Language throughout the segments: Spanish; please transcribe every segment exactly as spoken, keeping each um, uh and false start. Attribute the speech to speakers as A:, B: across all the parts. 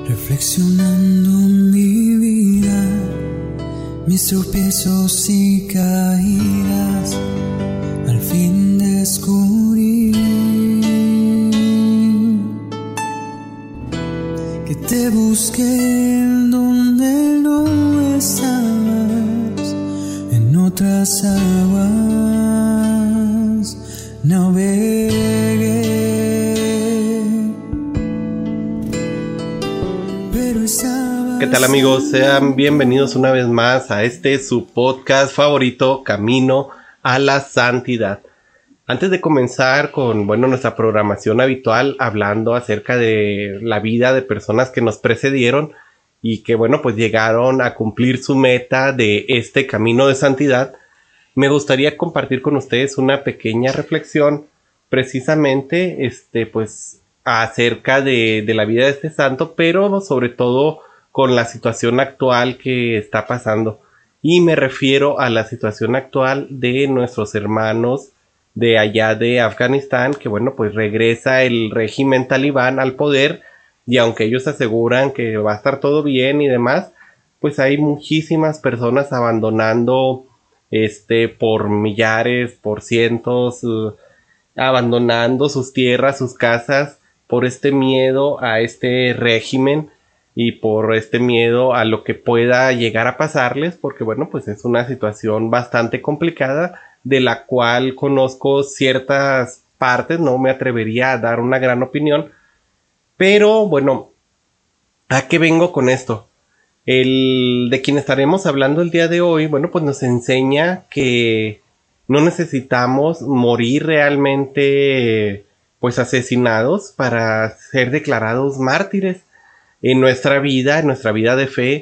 A: Reflexionando mi vida, mis tropiezos y caídas, al fin descubrí que te busqué donde no estabas, en otras aguas navegué.
B: ¿Qué tal, amigos? Sean bienvenidos una vez más a este su podcast favorito, Camino a la Santidad. Antes de comenzar con, bueno, nuestra programación habitual, hablando acerca de la vida de personas que nos precedieron y que, bueno, pues llegaron a cumplir su meta de este camino de santidad, me gustaría compartir con ustedes una pequeña reflexión precisamente, este, pues, acerca de, de la vida de este santo, pero sobre todo con la situación actual que está pasando. Y me refiero a la situación actual de nuestros hermanos de allá de Afganistán, que bueno, pues regresa el régimen talibán al poder, y aunque ellos aseguran que va a estar todo bien y demás, pues hay muchísimas personas abandonando este por millares, por cientos, uh, abandonando sus tierras, sus casas, por este miedo a este régimen y por este miedo a lo que pueda llegar a pasarles, porque bueno, pues es una situación bastante complicada de la cual conozco ciertas partes, no me atrevería a dar una gran opinión, pero bueno, ¿a qué vengo con esto? El de quien estaremos hablando el día de hoy, bueno, pues nos enseña que no necesitamos morir realmente pues asesinados para ser declarados mártires. En nuestra vida, en nuestra vida de fe,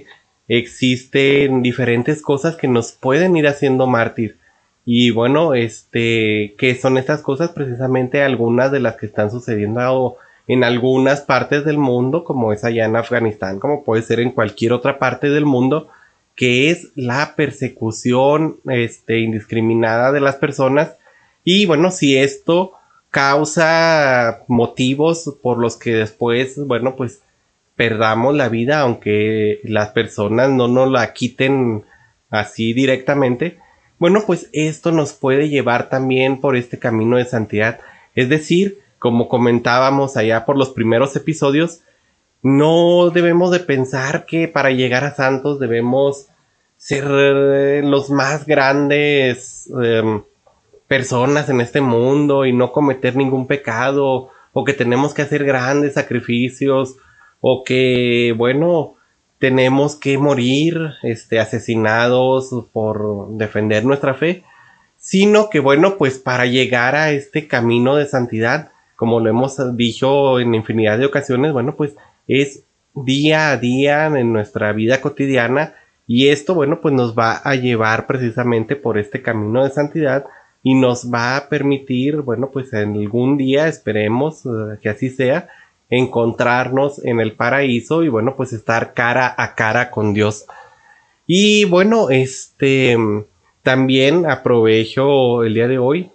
B: existen diferentes cosas que nos pueden ir haciendo mártir. Y bueno, este, ¿qué son estas cosas? Precisamente algunas de las que están sucediendo en algunas partes del mundo, como es allá en Afganistán, como puede ser en cualquier otra parte del mundo, que es la persecución, este, indiscriminada de las personas. Y bueno, si esto causa motivos por los que después, bueno, pues perdamos la vida, aunque las personas no nos la quiten así directamente, bueno, pues esto nos puede llevar también por este camino de santidad. Es decir, como comentábamos allá por los primeros episodios, no debemos de pensar que para llegar a santos debemos ser eh, los más grandes eh, personas en este mundo y no cometer ningún pecado, o que tenemos que hacer grandes sacrificios, o que, bueno, tenemos que morir este, asesinados por defender nuestra fe, sino que, bueno, pues para llegar a este camino de santidad, como lo hemos dicho en infinidad de ocasiones, bueno, pues es día a día en nuestra vida cotidiana, y esto, bueno, pues nos va a llevar precisamente por este camino de santidad y nos va a permitir, bueno, pues en algún día, esperemos uh, que así sea, encontrarnos en el paraíso y bueno, pues estar cara a cara con Dios. Y bueno, este también aprovecho el día de hoy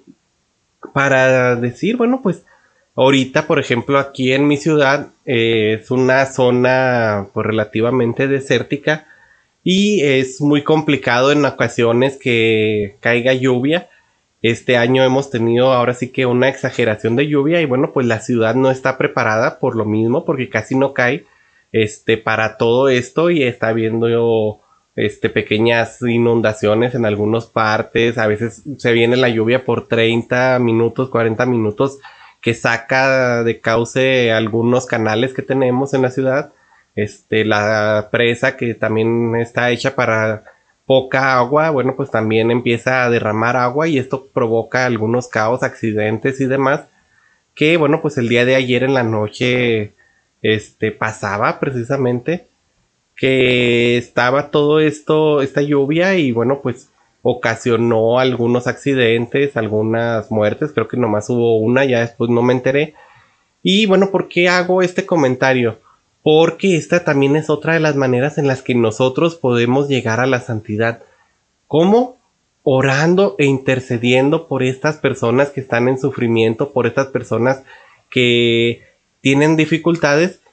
B: para decir, bueno, pues ahorita, por ejemplo, aquí en mi ciudad eh, es una zona pues relativamente desértica y es muy complicado en ocasiones que caiga lluvia. Este año hemos tenido ahora sí que una exageración de lluvia y bueno, pues la ciudad no está preparada por lo mismo, porque casi no cae este para todo esto y está habiendo este pequeñas inundaciones en algunas partes. A veces se viene la lluvia por treinta minutos, cuarenta minutos, que saca de cauce algunos canales que tenemos en la ciudad. Este, la presa que también está hecha para poca agua, bueno, pues también empieza a derramar agua y esto provoca algunos caos, accidentes y demás, que bueno, pues el día de ayer en la noche este pasaba precisamente que estaba todo esto, esta lluvia y bueno, pues ocasionó algunos accidentes, algunas muertes, creo que nomás hubo una, ya después no me enteré. Y bueno, ¿por qué hago este comentario? Porque esta también es otra de las maneras en las que nosotros podemos llegar a la santidad. ¿Cómo? Orando e intercediendo por estas personas que están en sufrimiento, por estas personas que tienen dificultades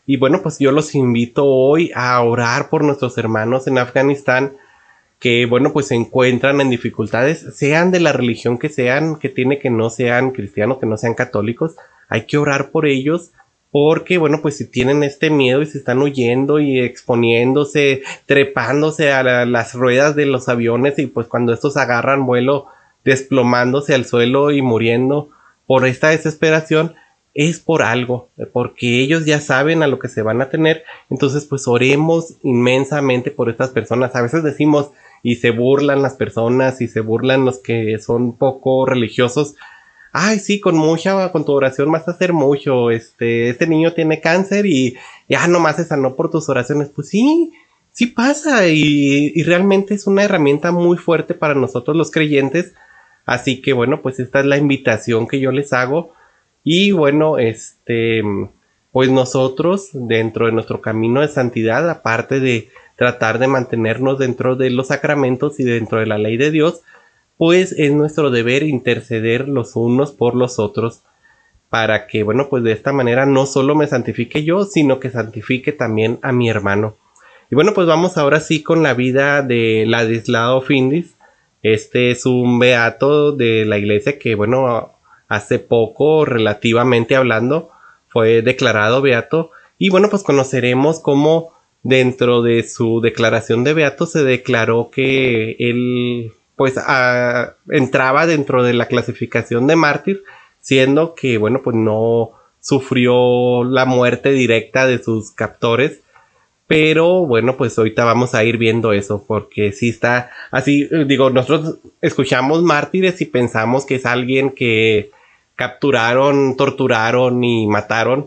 B: Y bueno, pues yo los invito hoy a orar por nuestros hermanos en Afganistán que, bueno, pues se encuentran en dificultades, sean de la religión que sean, que tiene que no sean cristianos, que no sean católicos. Hay que orar por ellos porque, bueno, pues si tienen este miedo y se están huyendo y exponiéndose, trepándose a la, las ruedas de los aviones y pues cuando estos agarran vuelo, desplomándose al suelo y muriendo por esta desesperación, es por algo, porque ellos ya saben a lo que se van a tener. Entonces pues oremos inmensamente por estas personas. A veces decimos y se burlan las personas y se burlan los que son poco religiosos. Ay, sí, con mucha, con tu oración vas a hacer mucho. Este, este niño tiene cáncer y ya nomás se sanó por tus oraciones. Pues sí, sí pasa y, y realmente es una herramienta muy fuerte para nosotros los creyentes. Así que bueno, pues esta es la invitación que yo les hago. Y bueno, este, pues nosotros dentro de nuestro camino de santidad, aparte de tratar de mantenernos dentro de los sacramentos y dentro de la ley de Dios, pues es nuestro deber interceder los unos por los otros para que, bueno, pues de esta manera no solo me santifique yo, sino que santifique también a mi hermano. Y bueno, pues vamos ahora sí con la vida de Ladislao Findis. Este es un beato de la iglesia que, bueno, hace poco, relativamente hablando, fue declarado beato. Y bueno, pues conoceremos cómo dentro de su declaración de beato se declaró que él pues a, entraba dentro de la clasificación de mártir, siendo que, bueno, pues no sufrió la muerte directa de sus captores. Pero bueno, pues ahorita vamos a ir viendo eso, porque sí está así, digo, nosotros escuchamos mártires y pensamos que es alguien que capturaron, torturaron y mataron,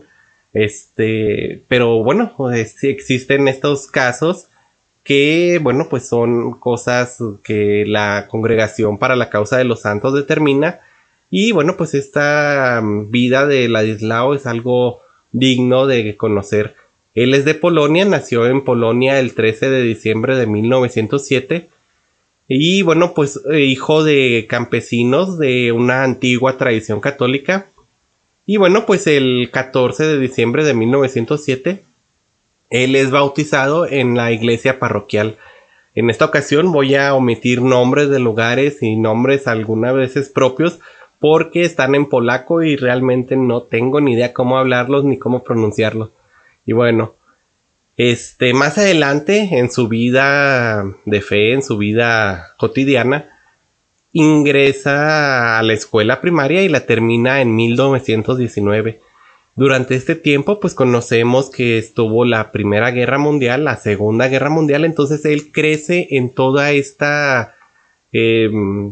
B: este, pero bueno, pues sí existen estos casos que, bueno, pues son cosas que la Congregación para la Causa de los Santos determina. Y bueno, pues esta vida de Ladislao es algo digno de conocer. Él es de Polonia, nació en Polonia el trece de diciembre de mil novecientos siete. Y bueno, pues hijo de campesinos de una antigua tradición católica. Y bueno, pues el catorce de diciembre de mil novecientos siete, él es bautizado en la iglesia parroquial. En esta ocasión voy a omitir nombres de lugares y nombres algunas veces propios porque están en polaco y realmente no tengo ni idea cómo hablarlos ni cómo pronunciarlos. Y bueno, este, más adelante en su vida de fe, en su vida cotidiana, ingresa a la escuela primaria y la termina en mil novecientos diecinueve. Durante este tiempo, pues conocemos que estuvo la Primera Guerra Mundial, la Segunda Guerra Mundial, entonces él crece en toda esta eh,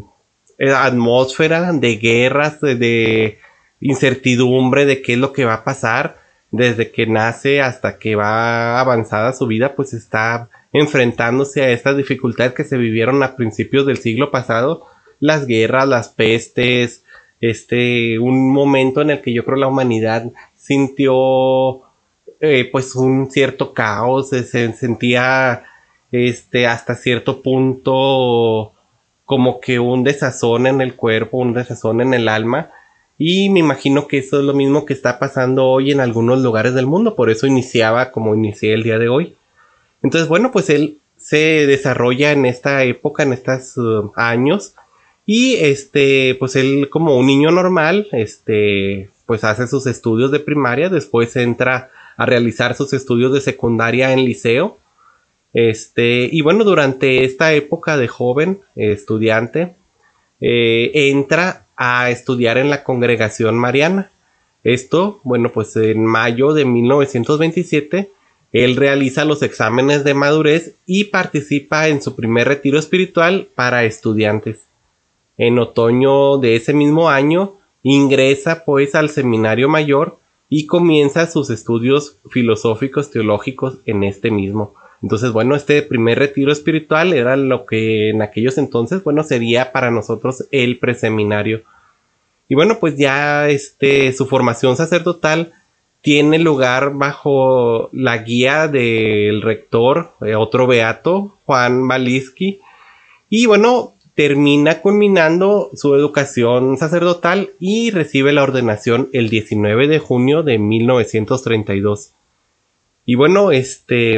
B: atmósfera de guerras, de, de incertidumbre de qué es lo que va a pasar. Desde que nace hasta que va avanzada su vida, pues está enfrentándose a estas dificultades que se vivieron a principios del siglo pasado, las guerras, las pestes, este, un momento en el que yo creo la humanidad sintió eh, pues un cierto caos, se, se sentía este, hasta cierto punto como que un desazón en el cuerpo, un desazón en el alma. Y me imagino que eso es lo mismo que está pasando hoy en algunos lugares del mundo. Por eso iniciaba como inicié el día de hoy. Entonces, bueno, pues él se desarrolla en esta época, en estos uh, años. Y este, pues él como un niño normal, este, pues hace sus estudios de primaria. Después entra a realizar sus estudios de secundaria en liceo. Este, y bueno, durante esta época de joven eh, estudiante, eh, entra a estudiar en la Congregación Mariana. Esto, bueno, pues en mayo de mil novecientos veintisiete, él realiza los exámenes de madurez y participa en su primer retiro espiritual para estudiantes. En otoño de ese mismo año, ingresa pues al seminario mayor y comienza sus estudios filosóficos teológicos en este mismo. Entonces, bueno, este primer retiro espiritual era lo que en aquellos entonces, bueno, sería para nosotros el preseminario. Y bueno, pues ya este, su formación sacerdotal tiene lugar bajo la guía del rector, eh, otro beato, Juan Baliski. Y bueno, termina culminando su educación sacerdotal y recibe la ordenación el diecinueve de junio de mil novecientos treinta y dos. Y bueno, este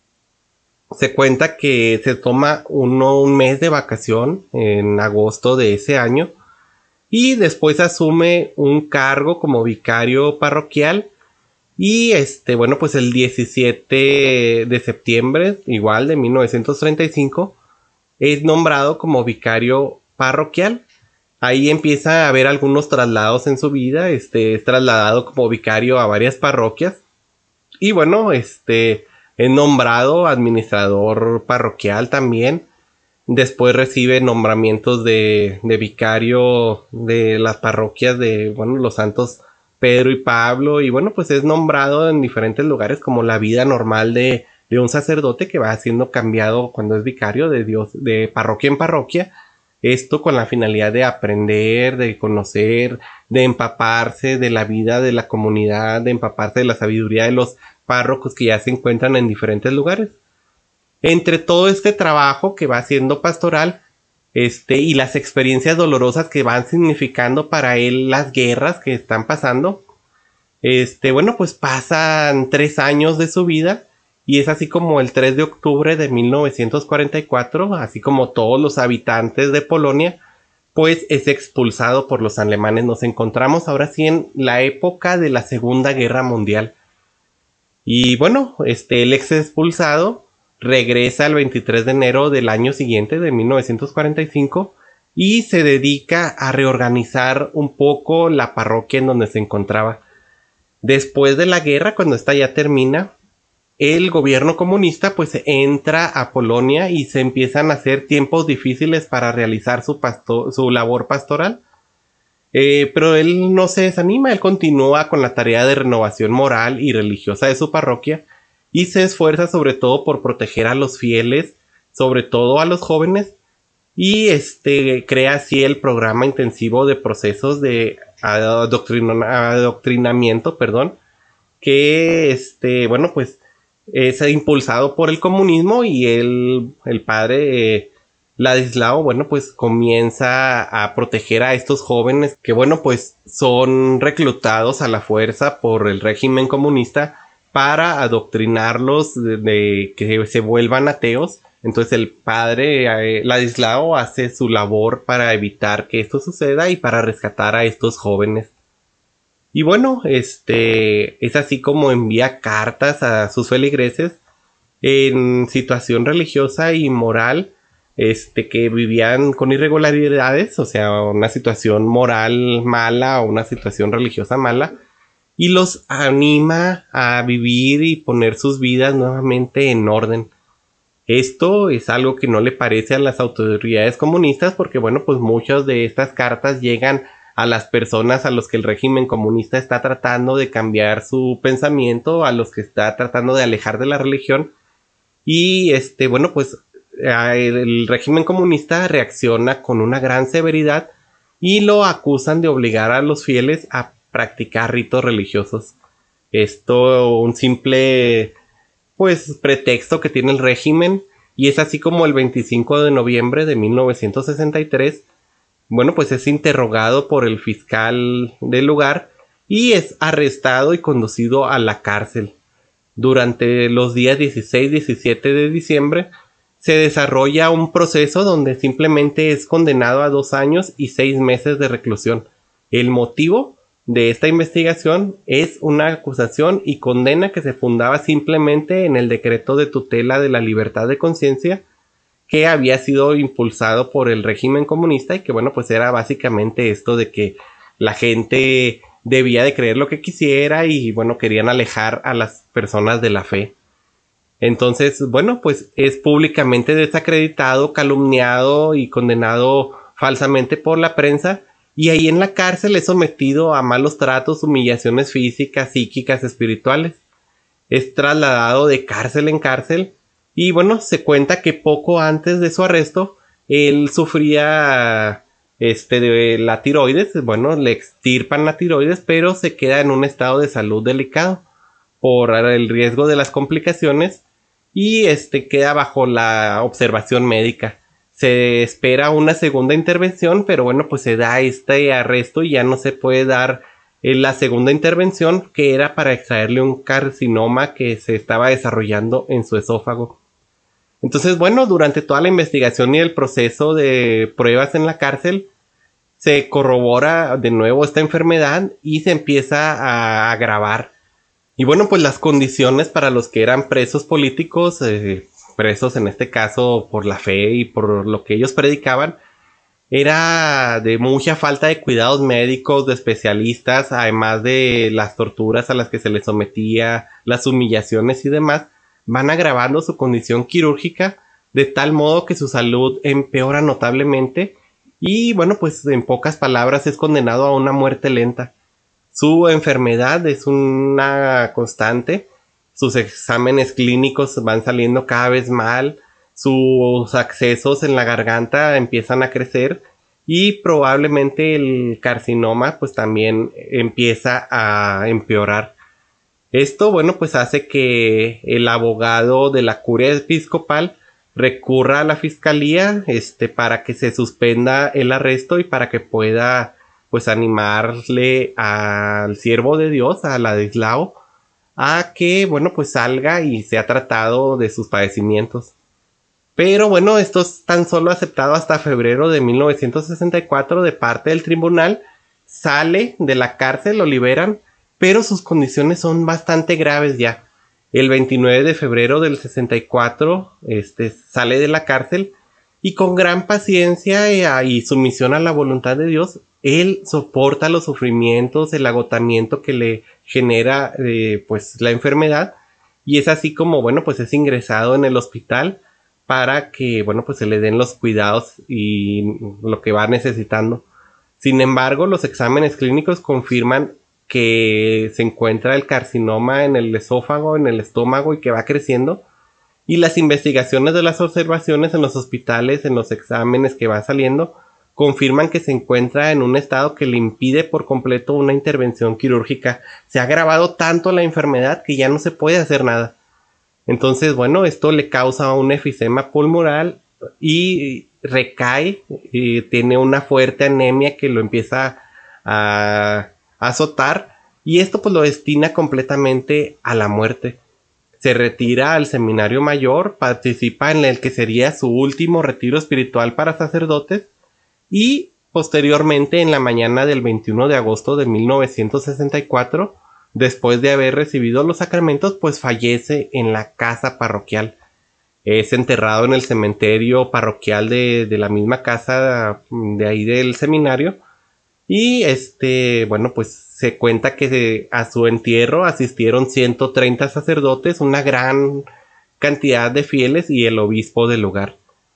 B: se cuenta que se toma uno un mes de vacación en agosto de ese año y después asume un cargo como vicario parroquial. Y este, bueno, pues el diecisiete de septiembre, igual de mil novecientos treinta y cinco, es nombrado como vicario parroquial. Ahí empieza a haber algunos traslados en su vida. Este, es trasladado como vicario a varias parroquias. Y bueno, este, es nombrado administrador parroquial también. Después recibe nombramientos de, de vicario de las parroquias de, bueno, los santos Pedro y Pablo. Y bueno, pues es nombrado en diferentes lugares como la vida normal de, de un sacerdote que va siendo cambiado cuando es vicario de Dios, de parroquia en parroquia. Esto con la finalidad de aprender, de conocer, de empaparse de la vida de la comunidad, de empaparse de la sabiduría de los párrocos que ya se encuentran en diferentes lugares. Entre todo este trabajo que va haciendo pastoral, este, y las experiencias dolorosas que van significando para él las guerras que están pasando, este, bueno, pues pasan tres años de su vida. Y es así como el tres de octubre de mil novecientos cuarenta y cuatro, así como todos los habitantes de Polonia, pues es expulsado por los alemanes. Nos encontramos ahora sí en la época de la Segunda Guerra Mundial. Y bueno, este, el ex expulsado regresa el veintitrés de enero del año siguiente, de mil novecientos cuarenta y cinco, y se dedica a reorganizar un poco la parroquia en donde se encontraba. Después de la guerra, cuando esta ya termina, el gobierno comunista pues entra a Polonia y se empiezan a hacer tiempos difíciles para realizar su, pasto- su labor pastoral. Eh, pero él no se desanima, él continúa con la tarea de renovación moral y religiosa de su parroquia y se esfuerza sobre todo por proteger a los fieles, sobre todo a los jóvenes, y este, crea así el programa intensivo de procesos de adoctrina- adoctrinamiento, perdón, que este, bueno, pues es impulsado por el comunismo, y el, el padre eh, Ladislao, bueno, pues comienza a proteger a estos jóvenes que, bueno, pues son reclutados a la fuerza por el régimen comunista para adoctrinarlos de, de que se vuelvan ateos. Entonces el padre eh, Ladislao hace su labor para evitar que esto suceda y para rescatar a estos jóvenes. Y bueno, este es así como envía cartas a sus feligreses en situación religiosa y moral, este, que vivían con irregularidades, o sea, una situación moral mala o una situación religiosa mala, y los anima a vivir y poner sus vidas nuevamente en orden. Esto es algo que no le parece a las autoridades comunistas, porque bueno, pues muchas de estas cartas llegan a las personas a los que el régimen comunista está tratando de cambiar su pensamiento, a los que está tratando de alejar de la religión. Y este, bueno, pues el régimen comunista reacciona con una gran severidad y lo acusan de obligar a los fieles a practicar ritos religiosos. Esto, un simple pues pretexto que tiene el régimen, y es así como el veinticinco de noviembre de mil novecientos sesenta y tres, bueno, pues es interrogado por el fiscal del lugar y es arrestado y conducido a la cárcel. Durante los días dieciséis y diecisiete de diciembre se desarrolla un proceso donde simplemente es condenado a dos años y seis meses de reclusión. El motivo de esta investigación es una acusación y condena que se fundaba simplemente en el decreto de tutela de la libertad de conciencia que había sido impulsado por el régimen comunista, y que bueno, pues era básicamente esto de que la gente debía de creer lo que quisiera y bueno, querían alejar a las personas de la fe. Entonces, bueno, pues es públicamente desacreditado, calumniado y condenado falsamente por la prensa, y ahí en la cárcel es sometido a malos tratos, humillaciones físicas, psíquicas, espirituales. Es trasladado de cárcel en cárcel. Y bueno, se cuenta que poco antes de su arresto, él sufría este, de la tiroides. Bueno, le extirpan la tiroides, pero se queda en un estado de salud delicado por el riesgo de las complicaciones, y este, queda bajo la observación médica. Se espera una segunda intervención, pero bueno, pues se da este arresto y ya no se puede dar en la segunda intervención, que era para extraerle un carcinoma que se estaba desarrollando en su esófago. Entonces, bueno, durante toda la investigación y el proceso de pruebas en la cárcel, se corrobora de nuevo esta enfermedad y se empieza a agravar. Y bueno, pues las condiciones para los que eran presos políticos, eh, presos en este caso por la fe y por lo que ellos predicaban, era de mucha falta de cuidados médicos, de especialistas, además de las torturas a las que se les sometía, las humillaciones y demás, van agravando su condición quirúrgica de tal modo que su salud empeora notablemente y bueno, pues en pocas palabras es condenado a una muerte lenta. Su enfermedad es una constante, sus exámenes clínicos van saliendo cada vez mal, sus accesos en la garganta empiezan a crecer y probablemente el carcinoma pues también empieza a empeorar. Esto, bueno, pues hace que el abogado de la curia episcopal recurra a la fiscalía este, para que se suspenda el arresto y para que pueda pues animarle al siervo de Dios, a Ladislao, a que, bueno, pues salga y sea tratado de sus padecimientos. Pero bueno, esto es tan solo aceptado hasta febrero de mil novecientos sesenta y cuatro de parte del tribunal. Sale de la cárcel, lo liberan, pero sus condiciones son bastante graves ya. El veintinueve de febrero del sesenta y cuatro este, sale de la cárcel y con gran paciencia y sumisión a la voluntad de Dios, él soporta los sufrimientos, el agotamiento que le genera eh, pues la enfermedad, y es así como, bueno, pues es ingresado en el hospital para que, bueno, pues se le den los cuidados y lo que va necesitando. Sin embargo, los exámenes clínicos confirman que se encuentra el carcinoma en el esófago, en el estómago y que va creciendo. Y las investigaciones de las observaciones en los hospitales, en los exámenes que va saliendo, confirman que se encuentra en un estado que le impide por completo una intervención quirúrgica. Se ha agravado tanto la enfermedad que ya no se puede hacer nada. Entonces, bueno, esto le causa un efisema pulmonar y recae, y tiene una fuerte anemia que lo empieza a azotar, y esto pues lo destina completamente a la muerte. Se retira al seminario mayor, participa en el que sería su último retiro espiritual para sacerdotes, y posteriormente en la mañana del veintiuno de agosto de mil novecientos sesenta y cuatro, después de haber recibido los sacramentos, pues fallece en la casa parroquial. Es enterrado en el cementerio parroquial de, de la misma casa de ahí del seminario. Y este, bueno, pues se cuenta que de, a su entierro asistieron ciento treinta sacerdotes, una gran cantidad de fieles y el obispo del lugar.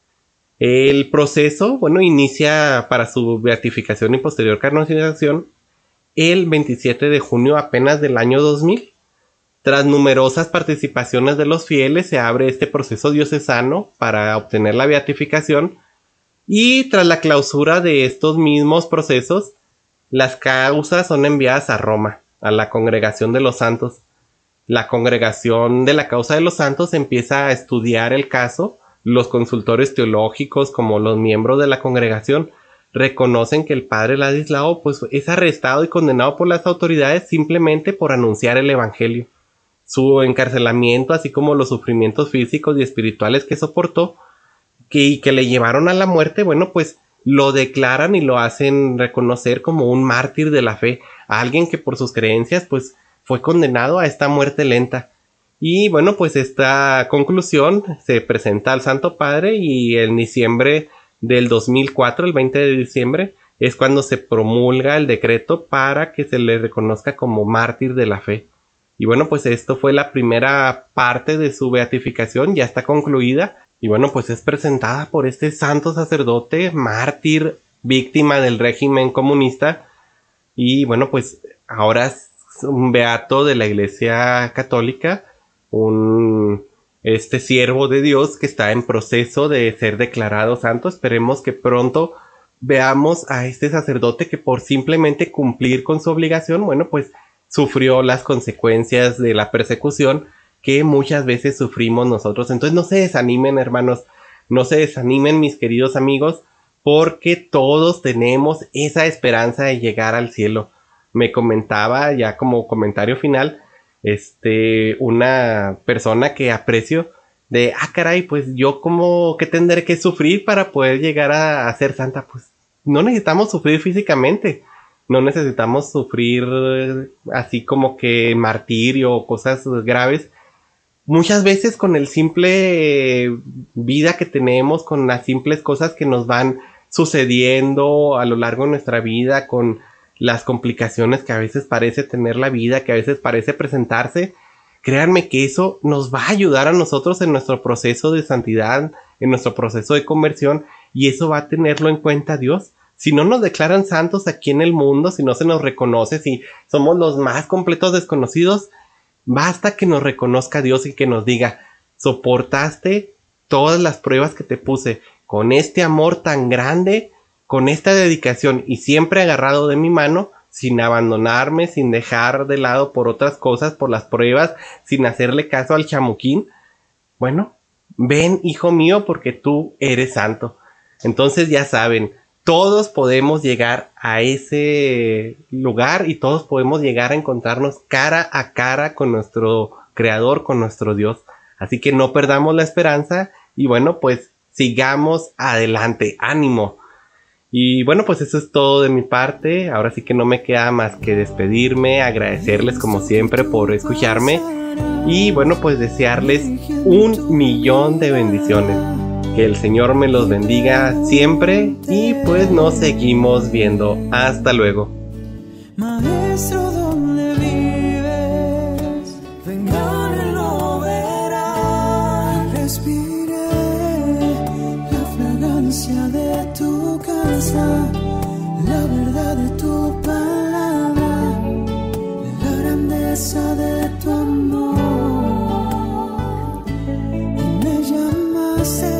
B: El proceso, bueno, inicia para su beatificación y posterior canonización el veintisiete de junio apenas del año dos mil. Tras numerosas participaciones de los fieles, se abre este proceso diocesano para obtener la beatificación, y tras la clausura de estos mismos procesos, las causas son enviadas a Roma, a la Congregación de los Santos. La Congregación de la Causa de los Santos empieza a estudiar el caso. Los consultores teológicos, como los miembros de la congregación, reconocen que el padre Ladislao pues, es arrestado y condenado por las autoridades simplemente por anunciar el evangelio. Su encarcelamiento, así como los sufrimientos físicos y espirituales que soportó que, y que le llevaron a la muerte, bueno, pues lo declaran y lo hacen reconocer como un mártir de la fe, a alguien que por sus creencias pues fue condenado a esta muerte lenta. Y bueno, pues esta conclusión se presenta al Santo Padre, y en diciembre del dos mil cuatro, el veinte de diciembre, es cuando se promulga el decreto para que se le reconozca como mártir de la fe. Y bueno, pues esto fue la primera parte de su beatificación, ya está concluida. Y bueno, pues es presentada por este santo sacerdote, mártir, víctima del régimen comunista. Y bueno, pues ahora es un beato de la Iglesia Católica, un este siervo de Dios que está en proceso de ser declarado santo. Esperemos que pronto veamos a este sacerdote que por simplemente cumplir con su obligación, bueno, pues sufrió las consecuencias de la persecución que muchas veces sufrimos nosotros. Entonces no se desanimen, hermanos, no se desanimen, mis queridos amigos, porque todos tenemos esa esperanza de llegar al cielo. me comentaba ya como comentario final, este, una persona que aprecio, de, ah, caray, pues yo como que tendré que sufrir para poder llegar a, a ser santa. Pues no necesitamos sufrir físicamente, no necesitamos sufrir así como que martirio o cosas graves. Muchas veces con el simple vida que tenemos, con las simples cosas que nos van sucediendo a lo largo de nuestra vida, con las complicaciones que a veces parece tener la vida, que a veces parece presentarse, créanme que eso nos va a ayudar a nosotros en nuestro proceso de santidad, en nuestro proceso de conversión, y eso va a tenerlo en cuenta Dios. Si no nos declaran santos aquí en el mundo, si no se nos reconoce, si somos los más completos desconocidos, basta que nos reconozca Dios y que nos diga, soportaste todas las pruebas que te puse con este amor tan grande, con esta dedicación y siempre agarrado de mi mano, sin abandonarme, sin dejar de lado por otras cosas, por las pruebas, sin hacerle caso al chamuquín. Bueno, ven, hijo mío, porque tú eres santo. Entonces ya saben, todos podemos llegar a ese lugar y todos podemos llegar a encontrarnos cara a cara con nuestro Creador, con nuestro Dios. Así que no perdamos la esperanza y bueno, pues sigamos adelante, ánimo. Y bueno, pues eso es todo de mi parte. Ahora sí que no me queda más que despedirme, agradecerles como siempre por escucharme y bueno, pues desearles un millón de bendiciones. Que el Señor me los bendiga siempre y pues nos seguimos viendo. Hasta luego.
A: Maestro, ¿dónde vives? Vengan y lo verán. Respiré la fragancia de tu casa, la verdad de tu palabra, la grandeza de tu amor. Y me llamaste